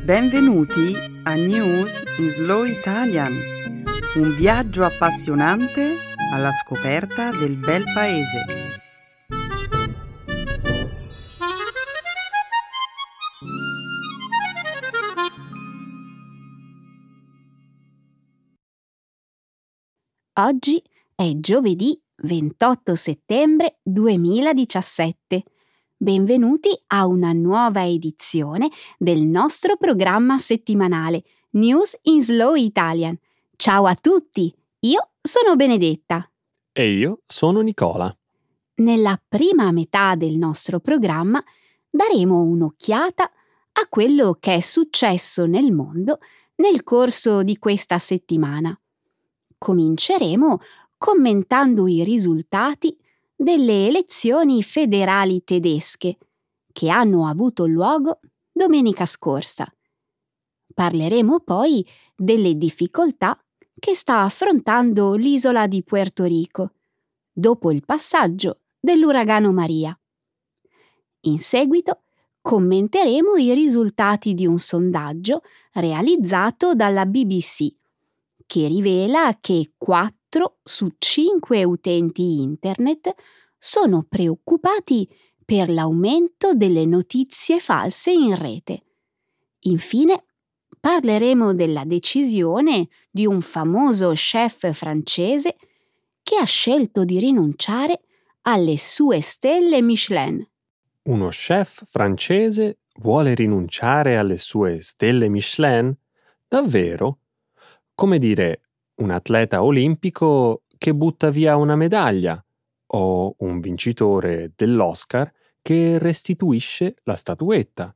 Benvenuti a News in Slow Italian, un viaggio appassionante alla scoperta del bel paese. Oggi è giovedì 28 settembre 2017. Benvenuti a una nuova edizione del nostro programma settimanale News in Slow Italian. Ciao a tutti, io sono Benedetta. E io sono Nicola. Nella prima metà del nostro programma daremo un'occhiata a quello che è successo nel mondo nel corso di questa settimana. Cominceremo commentando i risultati delle elezioni federali tedesche che hanno avuto luogo domenica scorsa. Parleremo poi delle difficoltà che sta affrontando l'isola di Puerto Rico dopo il passaggio dell'uragano Maria. In seguito commenteremo i risultati di un sondaggio realizzato dalla BBC che rivela che 4 su 5 utenti internet sono preoccupati per l'aumento delle notizie false in rete. Infine, parleremo della decisione di un famoso chef francese che ha scelto di rinunciare alle sue stelle Michelin. Uno chef francese vuole rinunciare alle sue stelle Michelin? Davvero? Come dire, un atleta olimpico che butta via una medaglia o un vincitore dell'Oscar che restituisce la statuetta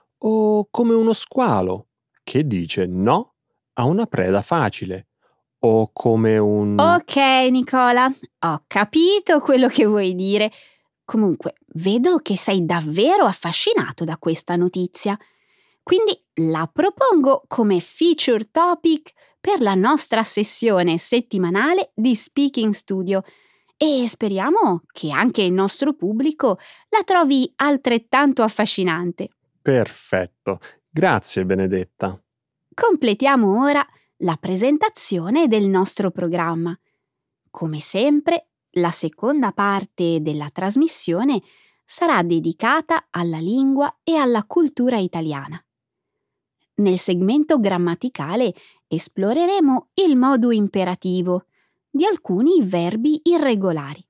o come uno squalo che dice no a una preda facile o come un... Ok, Nicola, ho capito quello che vuoi dire. Comunque, vedo che sei davvero affascinato da questa notizia. Quindi la propongo come feature topic per la nostra sessione settimanale di Speaking Studio e speriamo che anche il nostro pubblico la trovi altrettanto affascinante. Perfetto, grazie Benedetta. Completiamo ora la presentazione del nostro programma. Come sempre, la seconda parte della trasmissione sarà dedicata alla lingua e alla cultura italiana. Nel segmento grammaticale esploreremo il modo imperativo di alcuni verbi irregolari.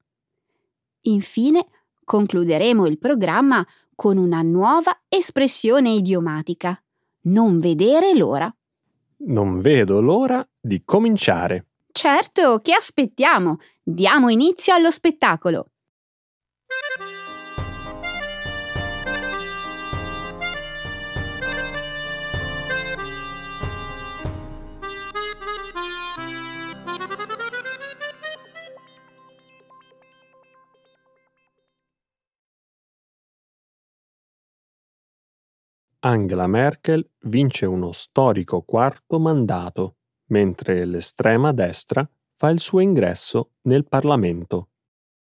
Infine, concluderemo il programma con una nuova espressione idiomatica. Non vedere l'ora. Non vedo l'ora di cominciare. Certo, che aspettiamo? Diamo inizio allo spettacolo. Angela Merkel vince uno storico quarto mandato, mentre l'estrema destra fa il suo ingresso nel Parlamento.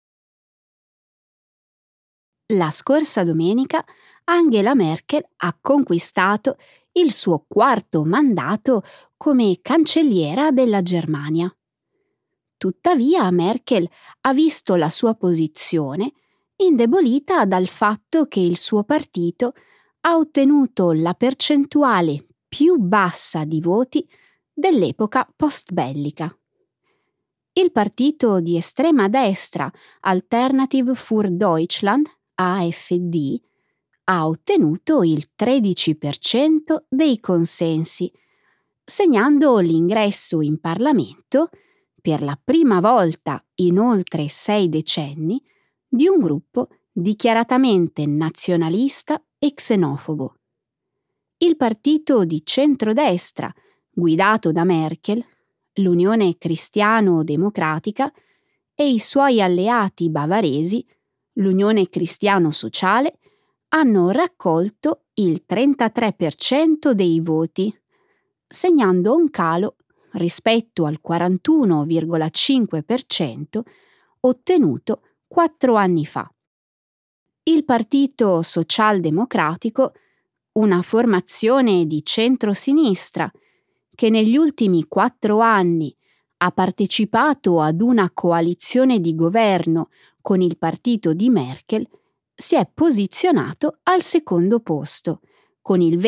La scorsa domenica Angela Merkel ha conquistato il suo quarto mandato come cancelliera della Germania. Tuttavia Merkel ha visto la sua posizione indebolita dal fatto che il suo partito ha ottenuto la percentuale più bassa di voti dell'epoca post-bellica. Il partito di estrema destra Alternative für Deutschland, AfD, ha ottenuto il 13% dei consensi, segnando l'ingresso in Parlamento, per la prima volta in oltre 6 decenni, di un gruppo dichiaratamente nazionalista e xenofobo. Il partito di centrodestra, guidato da Merkel, l'Unione Cristiano-Democratica, e i suoi alleati bavaresi, l'Unione Cristiano-Sociale, hanno raccolto il 33% dei voti, segnando un calo rispetto al 41,5% ottenuto 4 anni fa. Il Partito Socialdemocratico, una formazione di centro-sinistra che negli ultimi 4 anni ha partecipato ad una coalizione di governo con il partito di Merkel, si è posizionato al secondo posto, con il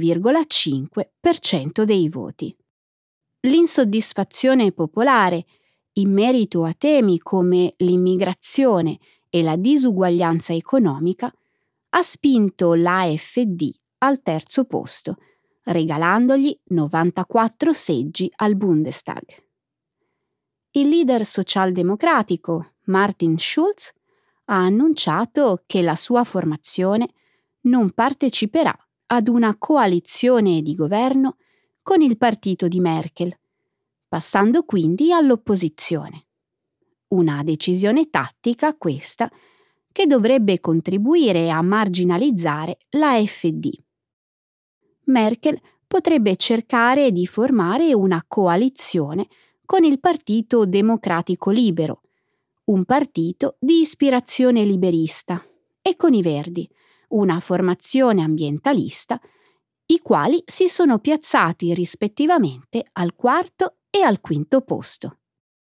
20,5% dei voti. L'insoddisfazione popolare in merito a temi come l'immigrazione e la disuguaglianza economica ha spinto l'AfD al terzo posto, regalandogli 94 seggi al Bundestag. Il leader socialdemocratico Martin Schulz ha annunciato che la sua formazione non parteciperà ad una coalizione di governo con il partito di Merkel, passando quindi all'opposizione. Una decisione tattica questa che dovrebbe contribuire a marginalizzare l'AfD. Merkel potrebbe cercare di formare una coalizione con il Partito Democratico Libero, un partito di ispirazione liberista, e con i Verdi, una formazione ambientalista, i quali si sono piazzati rispettivamente al 4° e al 5° posto.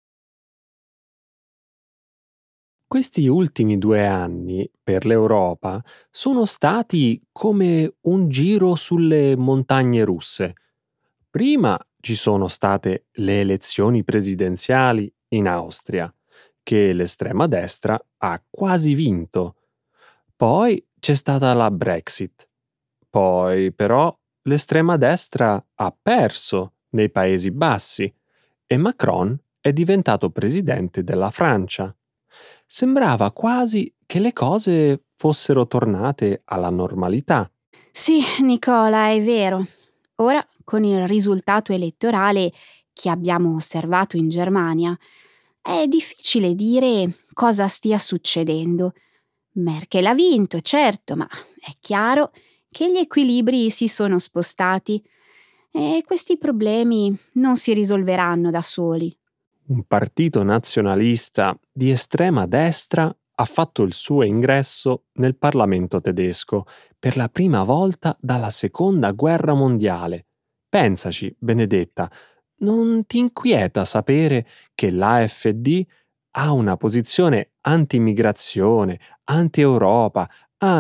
Questi ultimi 2 anni per l'Europa sono stati come un giro sulle montagne russe. Prima ci sono state le elezioni presidenziali in Austria, che l'estrema destra ha quasi vinto. Poi c'è stata la Brexit. Poi, però, l'estrema destra ha perso nei Paesi Bassi e Macron è diventato presidente della Francia. Sembrava quasi che le cose fossero tornate alla normalità. Sì, Nicola, è vero. Ora, con il risultato elettorale che abbiamo osservato in Germania, è difficile dire cosa stia succedendo. Merkel ha vinto, certo, ma è chiaro che gli equilibri si sono spostati e questi problemi non si risolveranno da soli. Un partito nazionalista di estrema destra ha fatto il suo ingresso nel Parlamento tedesco per la prima volta dalla Seconda Guerra Mondiale. Pensaci, Benedetta, non ti inquieta sapere che l'AfD ha una posizione anti-immigrazione, anti-Europa,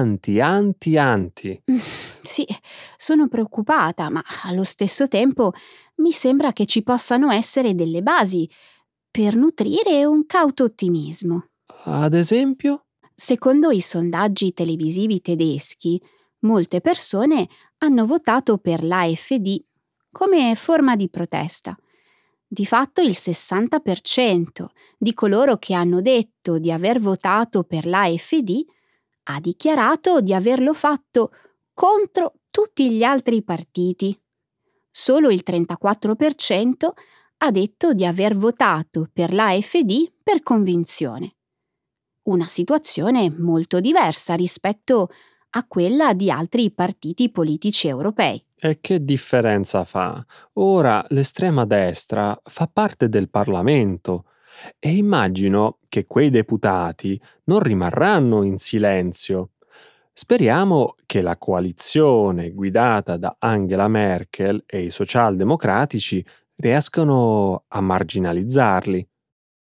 anti. Sì, sono preoccupata, ma allo stesso tempo mi sembra che ci possano essere delle basi per nutrire un cauto ottimismo. Ad esempio? Secondo i sondaggi televisivi tedeschi, molte persone hanno votato per l'AfD come forma di protesta. Di fatto il 60% di coloro che hanno detto di aver votato per l'AfD ha dichiarato di averlo fatto contro tutti gli altri partiti. Solo il 34% ha detto di aver votato per l'AfD per convinzione. Una situazione molto diversa rispetto a quella di altri partiti politici europei. E che differenza fa? Ora l'estrema destra fa parte del Parlamento e immagino che quei deputati non rimarranno in silenzio. Speriamo che la coalizione guidata da Angela Merkel e i socialdemocratici riescano a marginalizzarli.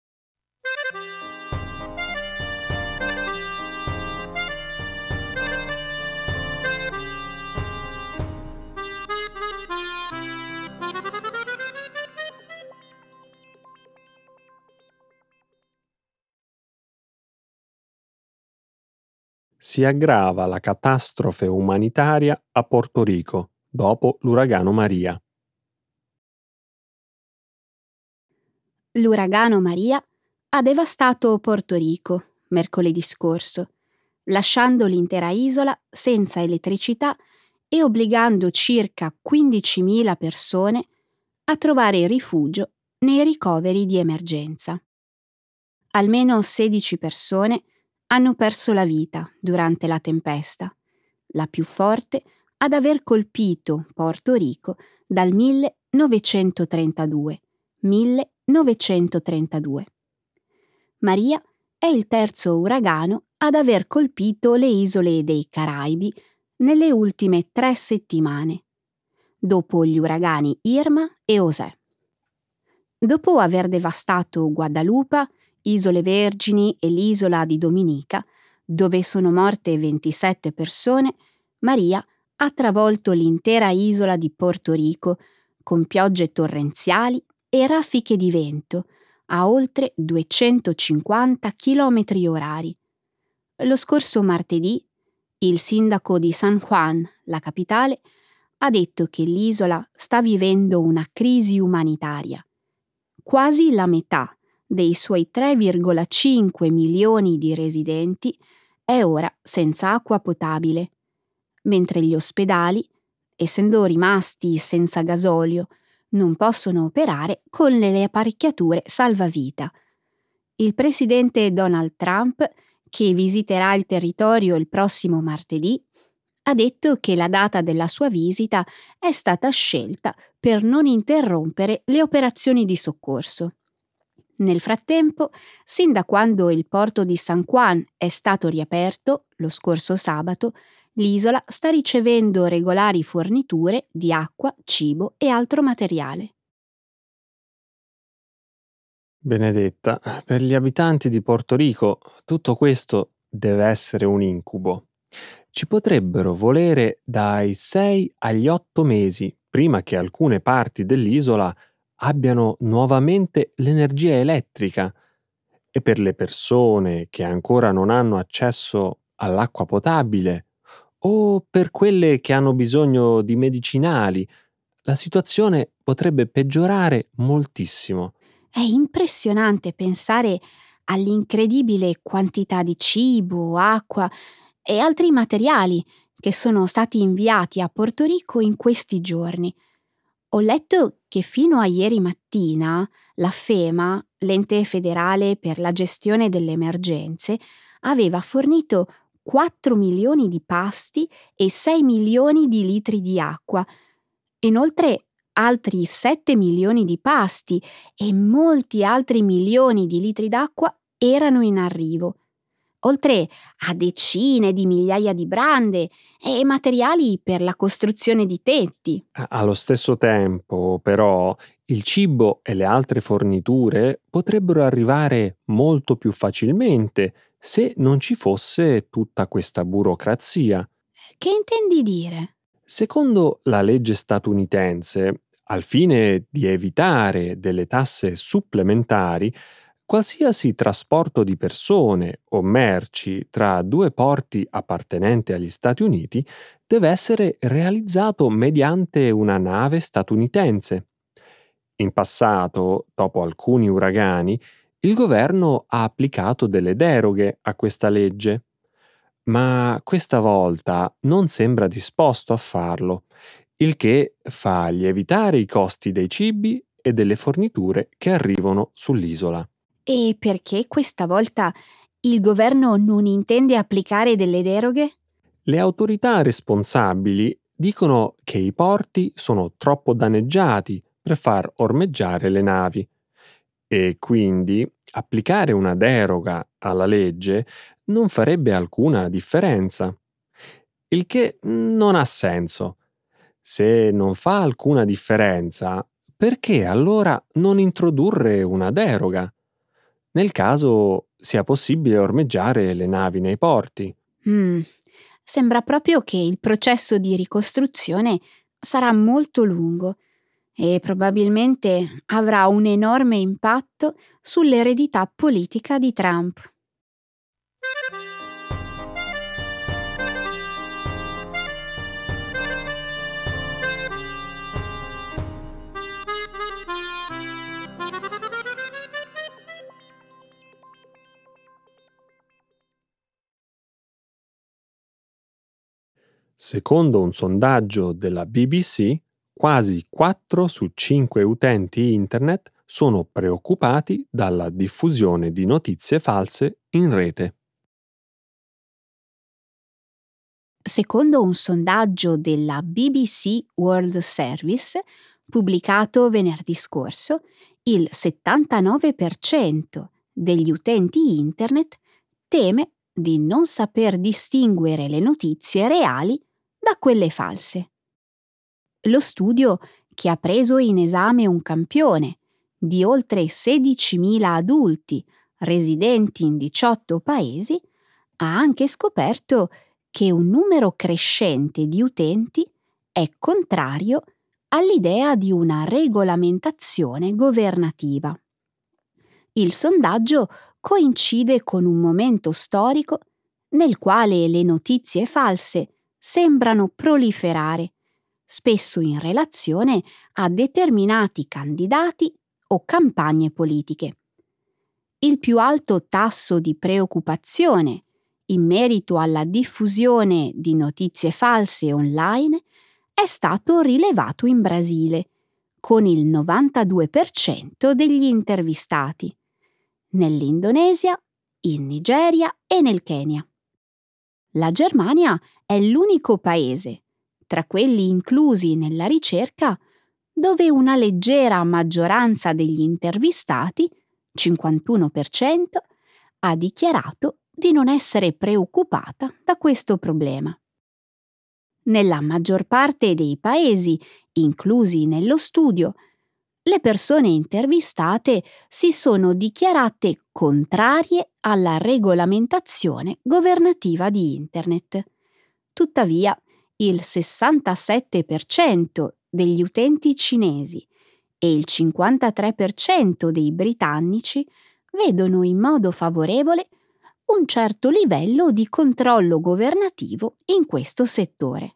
Si aggrava la catastrofe umanitaria a Porto Rico dopo l'uragano Maria. L'uragano Maria ha devastato Porto Rico mercoledì scorso, lasciando l'intera isola senza elettricità e obbligando circa 15.000 persone a trovare rifugio nei ricoveri di emergenza. Almeno 16 persone hanno perso la vita durante la tempesta, la più forte ad aver colpito Porto Rico dal 1932. Maria è il terzo uragano ad aver colpito le isole dei Caraibi nelle ultime 3 settimane, dopo gli uragani Irma e José. Dopo aver devastato Guadalupe, Isole Vergini e l'isola di Dominica, dove sono morte 27 persone, Maria ha travolto l'intera isola di Porto Rico con piogge torrenziali e raffiche di vento a oltre 250 km/h. Lo scorso martedì, il sindaco di San Juan, la capitale, ha detto che l'isola sta vivendo una crisi umanitaria. Quasi la metà dei suoi 3,5 milioni di residenti è ora senza acqua potabile, mentre gli ospedali, essendo rimasti senza gasolio, non possono operare con le apparecchiature salvavita. Il presidente Donald Trump, che visiterà il territorio il prossimo martedì, ha detto che la data della sua visita è stata scelta per non interrompere le operazioni di soccorso. Nel frattempo, sin da quando il porto di San Juan è stato riaperto, lo scorso sabato, l'isola sta ricevendo regolari forniture di acqua, cibo e altro materiale. Benedetta, per gli abitanti di Porto Rico tutto questo deve essere un incubo. Ci potrebbero volere dai 6 agli 8 mesi prima che alcune parti dell'isola abbiano nuovamente l'energia elettrica e per le persone che ancora non hanno accesso all'acqua potabile o per quelle che hanno bisogno di medicinali, la situazione potrebbe peggiorare moltissimo. È impressionante pensare all'incredibile quantità di cibo, acqua e altri materiali che sono stati inviati a Porto Rico in questi giorni. Ho letto che fino a ieri mattina la FEMA, l'ente federale per la gestione delle emergenze, aveva fornito 4 milioni di pasti e 6 milioni di litri di acqua. Inoltre altri 7 milioni di pasti e molti altri milioni di litri d'acqua erano in arrivo, oltre a decine di migliaia di brande e materiali per la costruzione di tetti. Allo stesso tempo, però, il cibo e le altre forniture potrebbero arrivare molto più facilmente se non ci fosse tutta questa burocrazia. Che intendi dire? Secondo la legge statunitense, al fine di evitare delle tasse supplementari, qualsiasi trasporto di persone o merci tra due porti appartenenti agli Stati Uniti deve essere realizzato mediante una nave statunitense. In passato, dopo alcuni uragani, il governo ha applicato delle deroghe a questa legge, ma questa volta non sembra disposto a farlo, il che fa lievitare i costi dei cibi e delle forniture che arrivano sull'isola. E perché questa volta il governo non intende applicare delle deroghe? Le autorità responsabili dicono che i porti sono troppo danneggiati per far ormeggiare le navi e quindi applicare una deroga alla legge non farebbe alcuna differenza, il che non ha senso. Se non fa alcuna differenza, perché allora non introdurre una deroga, nel caso sia possibile ormeggiare le navi nei porti? Sembra proprio che il processo di ricostruzione sarà molto lungo e probabilmente avrà un enorme impatto sull'eredità politica di Trump. Secondo un sondaggio della BBC, quasi 4 su 5 utenti internet sono preoccupati dalla diffusione di notizie false in rete. Secondo un sondaggio della BBC World Service, pubblicato venerdì scorso, il 79% degli utenti internet teme di non saper distinguere le notizie reali da quelle false. Lo studio, che ha preso in esame un campione di oltre 16.000 adulti residenti in 18 paesi, ha anche scoperto che un numero crescente di utenti è contrario all'idea di una regolamentazione governativa. Il sondaggio coincide con un momento storico nel quale le notizie false sembrano proliferare, spesso in relazione a determinati candidati o campagne politiche. Il più alto tasso di preoccupazione in merito alla diffusione di notizie false online è stato rilevato in Brasile, con il 92% degli intervistati, nell'Indonesia, in Nigeria e nel Kenya. La Germania è l'unico paese, tra quelli inclusi nella ricerca, dove una leggera maggioranza degli intervistati, 51%, ha dichiarato di non essere preoccupata da questo problema. Nella maggior parte dei paesi inclusi nello studio, le persone intervistate si sono dichiarate contrarie alla regolamentazione governativa di Internet. Tuttavia, il 67% degli utenti cinesi e il 53% dei britannici vedono in modo favorevole un certo livello di controllo governativo in questo settore.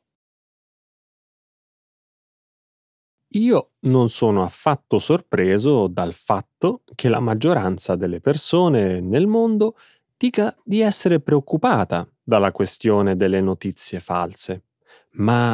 Io non sono affatto sorpreso dal fatto che la maggioranza delle persone nel mondo dica di essere preoccupata dalla questione delle notizie false. Ma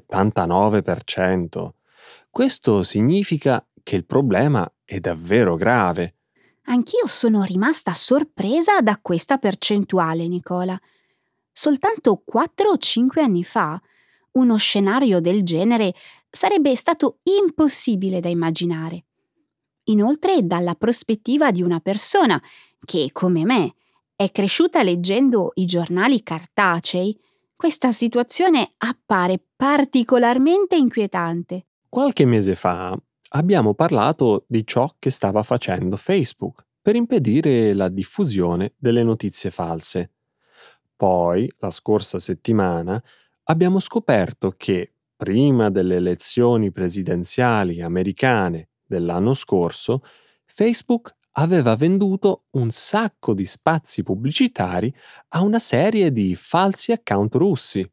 79%. Questo significa che il problema è davvero grave. Anch'io sono rimasta sorpresa da questa percentuale, Nicola. Soltanto 4 o 5 anni fa, uno scenario del genere sarebbe stato impossibile da immaginare. Inoltre, dalla prospettiva di una persona che, come me, è cresciuta leggendo i giornali cartacei, questa situazione appare particolarmente inquietante. Qualche mese fa abbiamo parlato di ciò che stava facendo Facebook per impedire la diffusione delle notizie false. Poi, la scorsa settimana, abbiamo scoperto che, prima delle elezioni presidenziali americane dell'anno scorso, Facebook aveva venduto un sacco di spazi pubblicitari a una serie di falsi account russi.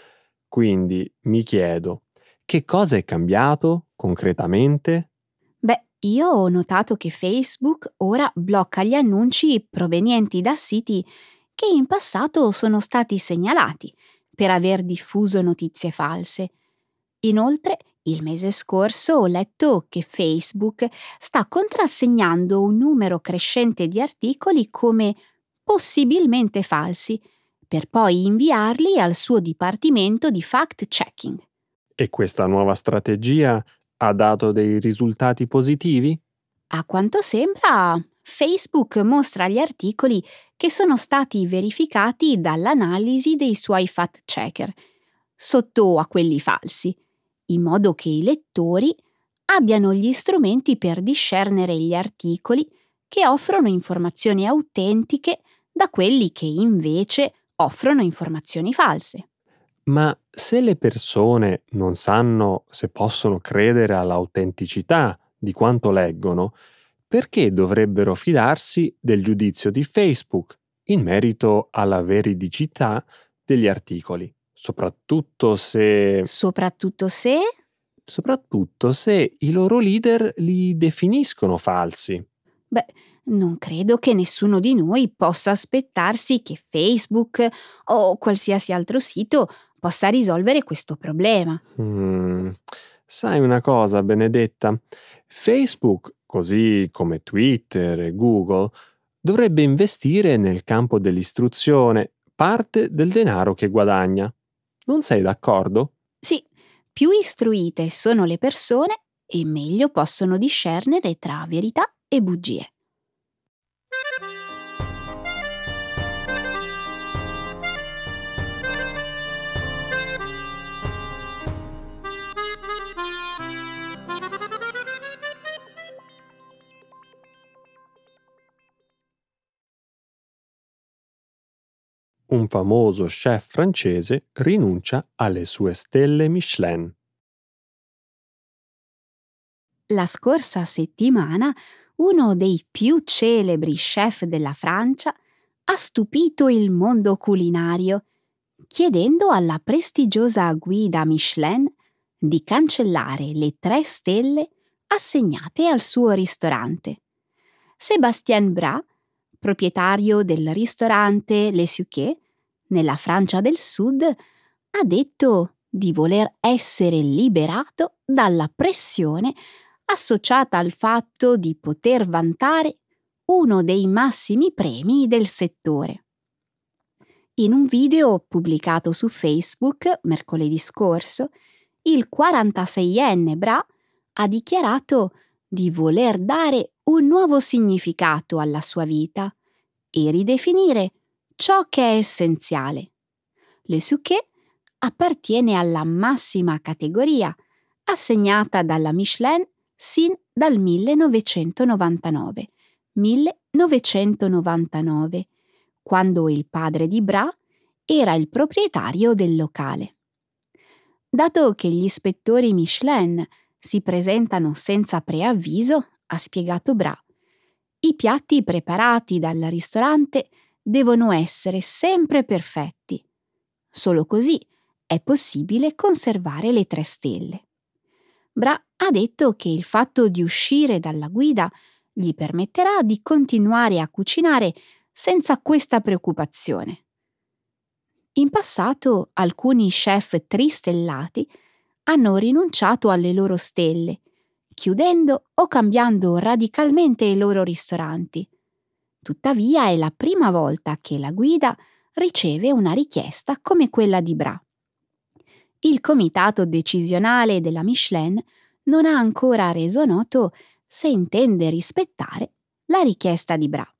Quindi mi chiedo, che cosa è cambiato concretamente? Beh, io ho notato che Facebook ora blocca gli annunci provenienti da siti che in passato sono stati segnalati per aver diffuso notizie false. Inoltre, il mese scorso ho letto che Facebook sta contrassegnando un numero crescente di articoli come possibilmente falsi, per poi inviarli al suo dipartimento di fact-checking. E questa nuova strategia ha dato dei risultati positivi? A quanto sembra, Facebook mostra gli articoli che sono stati verificati dall'analisi dei suoi fact-checker, sotto a quelli falsi, in modo che i lettori abbiano gli strumenti per discernere gli articoli che offrono informazioni autentiche da quelli che invece offrono informazioni false. Ma se le persone non sanno se possono credere all'autenticità di quanto leggono, perché dovrebbero fidarsi del giudizio di Facebook in merito alla veridicità degli articoli? Soprattutto se i loro leader li definiscono falsi. Beh, non credo che nessuno di noi possa aspettarsi che Facebook o qualsiasi altro sito possa risolvere questo problema. Sai una cosa, Benedetta? Facebook, così come Twitter e Google, dovrebbe investire nel campo dell'istruzione parte del denaro che guadagna. Non sei d'accordo? Sì, più istruite sono le persone e meglio possono discernere tra verità e bugie. un famoso chef francese rinuncia alle sue stelle Michelin. La scorsa settimana uno dei più celebri chef della Francia ha stupito il mondo culinario, chiedendo alla prestigiosa guida Michelin di cancellare le 3 stelle assegnate al suo ristorante. Sébastien Bras, proprietario del ristorante Le Suquet, nella Francia del Sud, ha detto di voler essere liberato dalla pressione associata al fatto di poter vantare uno dei massimi premi del settore. In un video pubblicato su Facebook mercoledì scorso, il 46enne Bra ha dichiarato di voler dare un nuovo significato alla sua vita e ridefinire ciò che è essenziale. Le Suquet appartiene alla massima categoria assegnata dalla Michelin sin dal 1999, quando il padre di Bra era il proprietario del locale. Dato che gli ispettori Michelin si presentano senza preavviso, ha spiegato Bra, i piatti preparati dal ristorante devono essere sempre perfetti. Solo così è possibile conservare le 3 stelle. Bra ha detto che il fatto di uscire dalla guida gli permetterà di continuare a cucinare senza questa preoccupazione. In passato alcuni chef tristellati hanno rinunciato alle loro stelle, chiudendo o cambiando radicalmente i loro ristoranti. Tuttavia è la prima volta che la guida riceve una richiesta come quella di Bra. Il comitato decisionale della Michelin non ha ancora reso noto se intende rispettare la richiesta di Bra.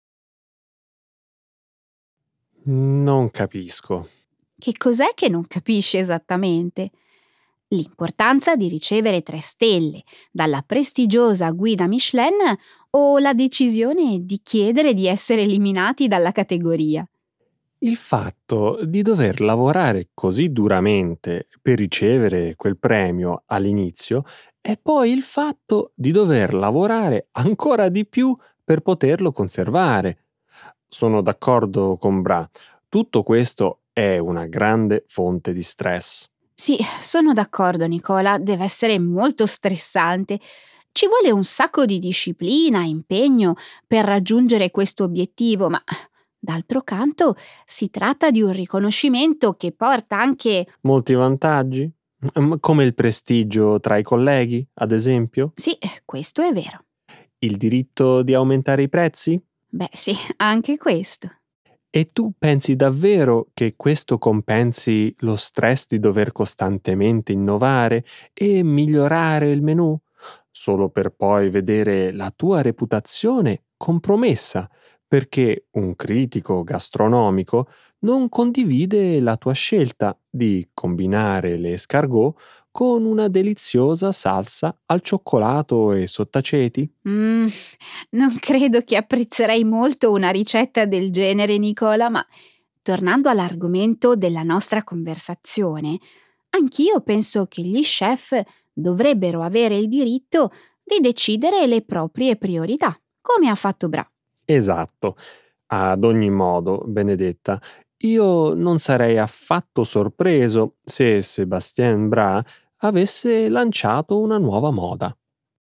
Non capisco. Che cos'è che non capisci esattamente? L'importanza di ricevere 3 stelle dalla prestigiosa guida Michelin o la decisione di chiedere di essere eliminati dalla categoria? Il fatto di dover lavorare così duramente per ricevere quel premio all'inizio e poi il fatto di dover lavorare ancora di più per poterlo conservare. Sono d'accordo con Bra. Tutto questo è una grande fonte di stress. Sì, sono d'accordo, Nicola, deve essere molto stressante. Ci vuole un sacco di disciplina, impegno per raggiungere questo obiettivo, ma d'altro canto si tratta di un riconoscimento che porta anche... Molti vantaggi? Come il prestigio tra i colleghi, ad esempio? Sì, questo è vero. Il diritto di aumentare i prezzi? Beh, sì, anche questo. E tu pensi davvero che questo compensi lo stress di dover costantemente innovare e migliorare il menù, solo per poi vedere la tua reputazione compromessa perché un critico gastronomico non condivide la tua scelta di combinare le escargot con una deliziosa salsa al cioccolato e sottaceti? Non credo che apprezzerei molto una ricetta del genere, Nicola, ma tornando all'argomento della nostra conversazione, anch'io penso che gli chef dovrebbero avere il diritto di decidere le proprie priorità, come ha fatto Bra. Esatto. Ad ogni modo, Benedetta, io non sarei affatto sorpreso se Sébastien Bras avesse lanciato una nuova moda.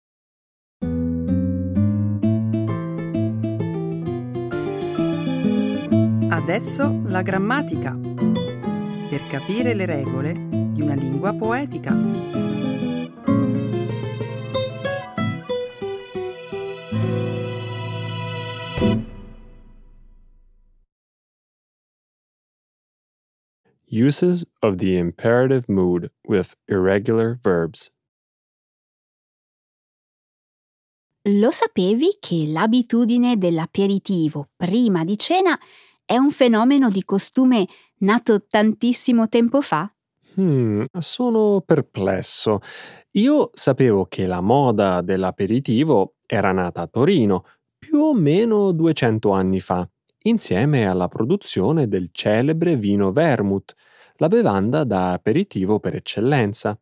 Adesso la grammatica, per capire le regole di una lingua poetica. Uses of the imperative mood with irregular verbs. Lo sapevi che l'abitudine dell'aperitivo prima di cena è un fenomeno di costume nato tantissimo tempo fa? Sono perplesso. Io sapevo che la moda dell'aperitivo era nata a Torino più o meno 200 anni fa insieme alla produzione del celebre vino vermouth, la bevanda da aperitivo per eccellenza.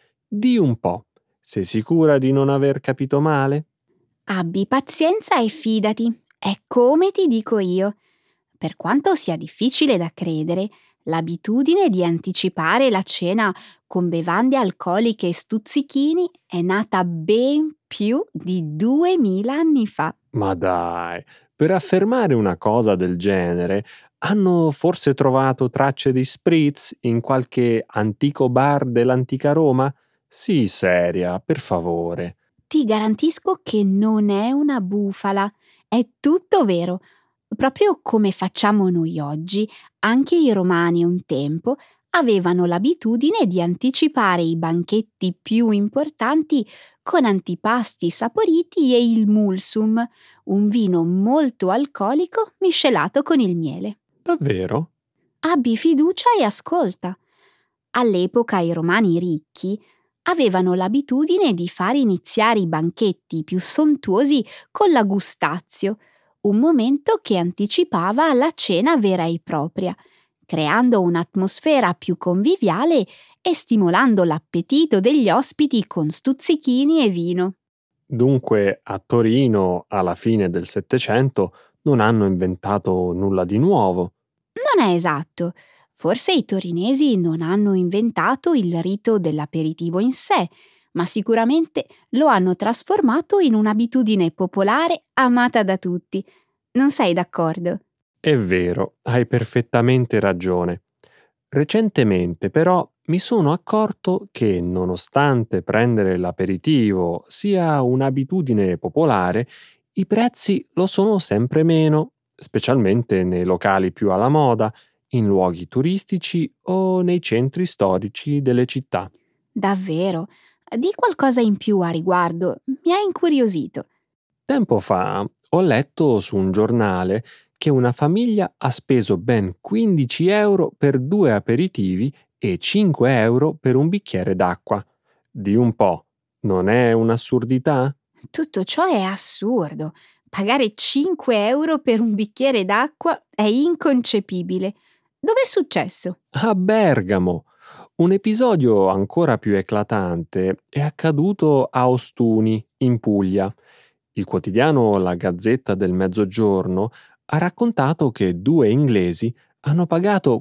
Di un po', sei sicura di non aver capito male? Abbi pazienza e fidati, è come ti dico io. Per quanto sia difficile da credere, l'abitudine di anticipare la cena con bevande alcoliche e stuzzichini è nata ben più di 2000 anni fa. Ma dai, per affermare una cosa del genere, hanno forse trovato tracce di spritz in qualche antico bar dell'antica Roma? Sii seria, per favore. Ti garantisco che non è una bufala, è tutto vero. Proprio come facciamo noi oggi, anche i romani un tempo avevano l'abitudine di anticipare i banchetti più importanti con antipasti saporiti e il mulsum, un vino molto alcolico miscelato con il miele. Davvero? Abbi fiducia e ascolta. All'epoca i romani ricchi avevano l'abitudine di fare iniziare i banchetti più sontuosi con la gustazio, un momento che anticipava la cena vera e propria, creando un'atmosfera più conviviale e stimolando l'appetito degli ospiti con stuzzichini e vino. Dunque, a Torino, alla fine del Settecento, non hanno inventato nulla di nuovo. Non è esatto. Forse i torinesi non hanno inventato il rito dell'aperitivo in sé, ma sicuramente lo hanno trasformato in un'abitudine popolare amata da tutti. Non sei d'accordo? È vero, hai perfettamente ragione. Recentemente, però, mi sono accorto che, nonostante prendere l'aperitivo sia un'abitudine popolare, i prezzi lo sono sempre meno, specialmente nei locali più alla moda, in luoghi turistici o nei centri storici delle città. Davvero? Di qualcosa in più a riguardo. Mi ha incuriosito. Tempo fa ho letto su un giornale che una famiglia ha speso ben 15 euro per due aperitivi e 5 euro per un bicchiere d'acqua. Di un po', non è un'assurdità? Tutto ciò è assurdo. Pagare 5 euro per un bicchiere d'acqua è inconcepibile. Dov'è successo? A Bergamo! Un episodio ancora più eclatante è accaduto a Ostuni, in Puglia. Il quotidiano La Gazzetta del Mezzogiorno ha raccontato che due inglesi hanno pagato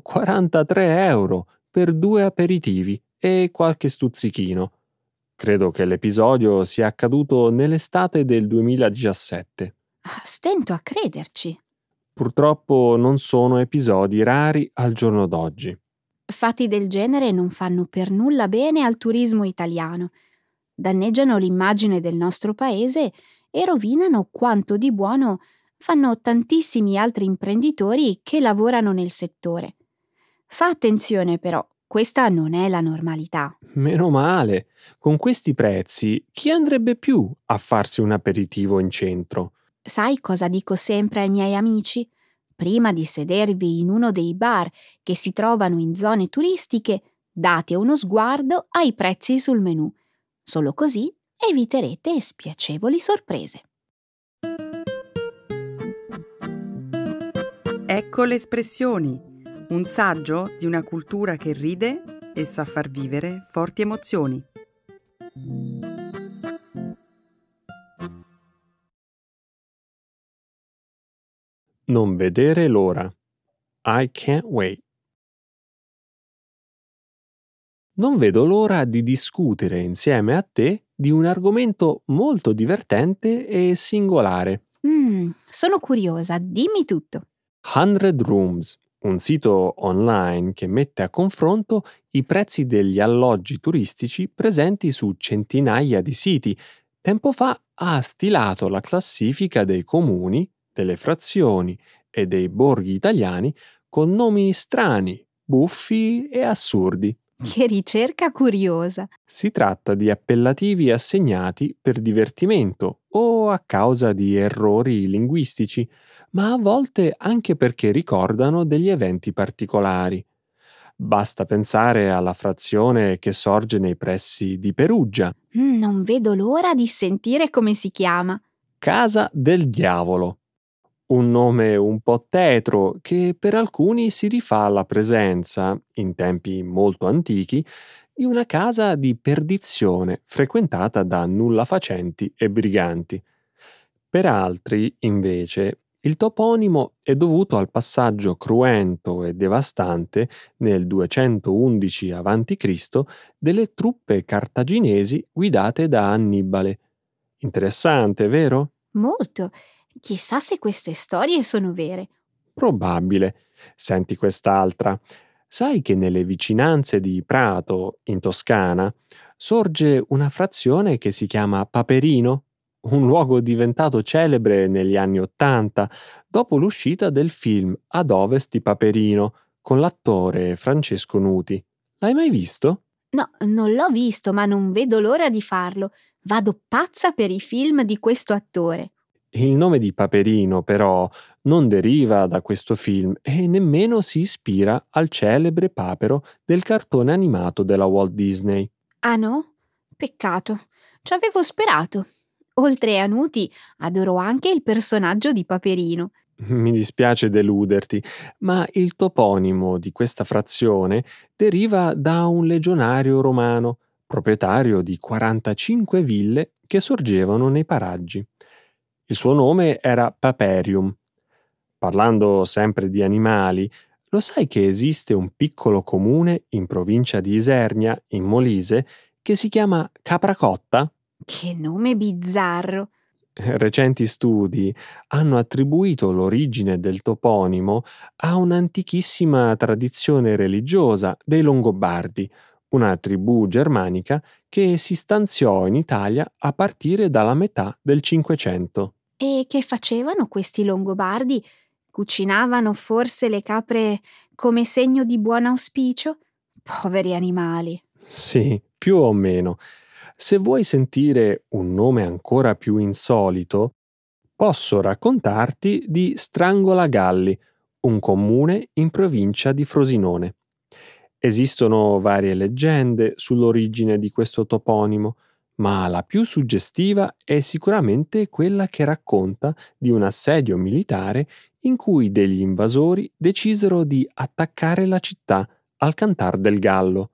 43 euro per due aperitivi e qualche stuzzichino. Credo che l'episodio sia accaduto nell'estate del 2017. Stento a crederci. Purtroppo non sono episodi rari al giorno d'oggi. Fatti del genere non fanno per nulla bene al turismo italiano. Danneggiano l'immagine del nostro paese e rovinano quanto di buono fanno tantissimi altri imprenditori che lavorano nel settore. Fa attenzione però, questa non è la normalità. Meno male, con questi prezzi chi andrebbe più a farsi un aperitivo in centro? Sai cosa dico sempre ai miei amici? Prima di sedervi in uno dei bar che si trovano in zone turistiche, date uno sguardo ai prezzi sul menù. Solo così eviterete spiacevoli sorprese. Ecco le espressioni, un saggio di una cultura che ride e sa far vivere forti emozioni. Non vedere l'ora. I can't wait. Non vedo l'ora di discutere insieme a te di un argomento molto divertente e singolare. Sono curiosa, dimmi tutto. 100 Rooms, un sito online che mette a confronto i prezzi degli alloggi turistici presenti su centinaia di siti. Tempo fa ha stilato la classifica dei comuni, delle frazioni e dei borghi italiani con nomi strani, buffi e assurdi. Che ricerca curiosa. Si tratta di appellativi assegnati per divertimento o a causa di errori linguistici, ma a volte anche perché ricordano degli eventi particolari. Basta pensare alla frazione che sorge nei pressi di Perugia, Non vedo l'ora di sentire come si chiama. Casa del Diavolo. un nome un po' tetro che per alcuni si rifà alla presenza, in tempi molto antichi, di una casa di perdizione frequentata da nullafacenti e briganti. Per altri, invece, il toponimo è dovuto al passaggio cruento e devastante nel 211 a.C. delle truppe cartaginesi guidate da Annibale. Interessante, vero? Molto. Chissà se queste storie sono vere. Probabile. Senti quest'altra. Sai che nelle vicinanze di Prato, in Toscana, sorge una frazione che si chiama Paperino, un luogo diventato celebre negli anni '80, dopo l'uscita del film Ad ovest di Paperino, con l'attore Francesco Nuti. L'hai mai visto? No, non l'ho visto, ma non vedo l'ora di farlo. Vado pazza per i film di questo attore. Il nome di Paperino, però, non deriva da questo film e nemmeno si ispira al celebre papero del cartone animato della Walt Disney. Ah no? Peccato. Ci avevo sperato. Oltre a Nuti, adoro anche il personaggio di Paperino. Mi dispiace deluderti, ma il toponimo di questa frazione deriva da un legionario romano, proprietario di 45 ville che sorgevano nei paraggi. Il suo nome era Paperium. Parlando sempre di animali, lo sai che esiste un piccolo comune in provincia di Isernia, in Molise, che si chiama Capracotta? Che nome bizzarro. Recenti studi hanno attribuito l'origine del toponimo a un'antichissima tradizione religiosa dei Longobardi, una tribù germanica che si stanziò in Italia a partire dalla metà del Cinquecento. E che facevano questi Longobardi? Cucinavano forse le capre come segno di buon auspicio? Poveri animali. Sì, più o meno. Se vuoi sentire un nome ancora più insolito, posso raccontarti di Strangolagalli, un comune in provincia di Frosinone. Esistono varie leggende sull'origine di questo toponimo, ma la più suggestiva è sicuramente quella che racconta di un assedio militare in cui degli invasori decisero di attaccare la città al cantar del gallo.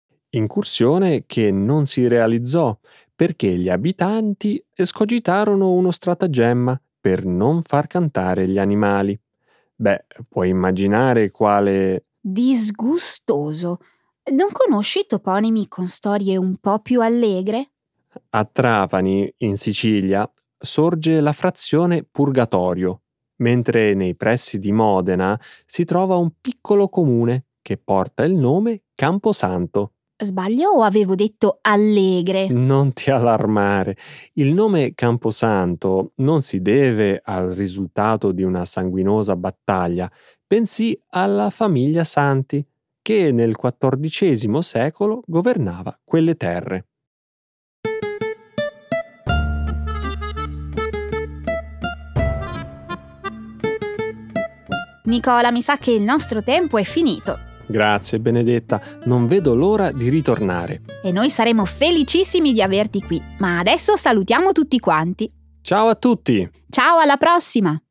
Incursione che non si realizzò perché gli abitanti escogitarono uno stratagemma per non far cantare gli animali. Beh, puoi immaginare quale... Disgustoso. Non conosci toponimi con storie un po' più allegre? A Trapani, in Sicilia, sorge la frazione Purgatorio, mentre nei pressi di Modena si trova un piccolo comune che porta il nome Camposanto. Sbaglio o avevo detto allegre? Non ti allarmare, il nome Camposanto non si deve al risultato di una sanguinosa battaglia, bensì alla famiglia Santi, che nel XIV secolo governava quelle terre. Nicola, mi sa che il nostro tempo è finito. Grazie Benedetta, non vedo l'ora di ritornare. E noi saremo felicissimi di averti qui. Ma adesso salutiamo tutti quanti. Ciao a tutti! Ciao, alla prossima!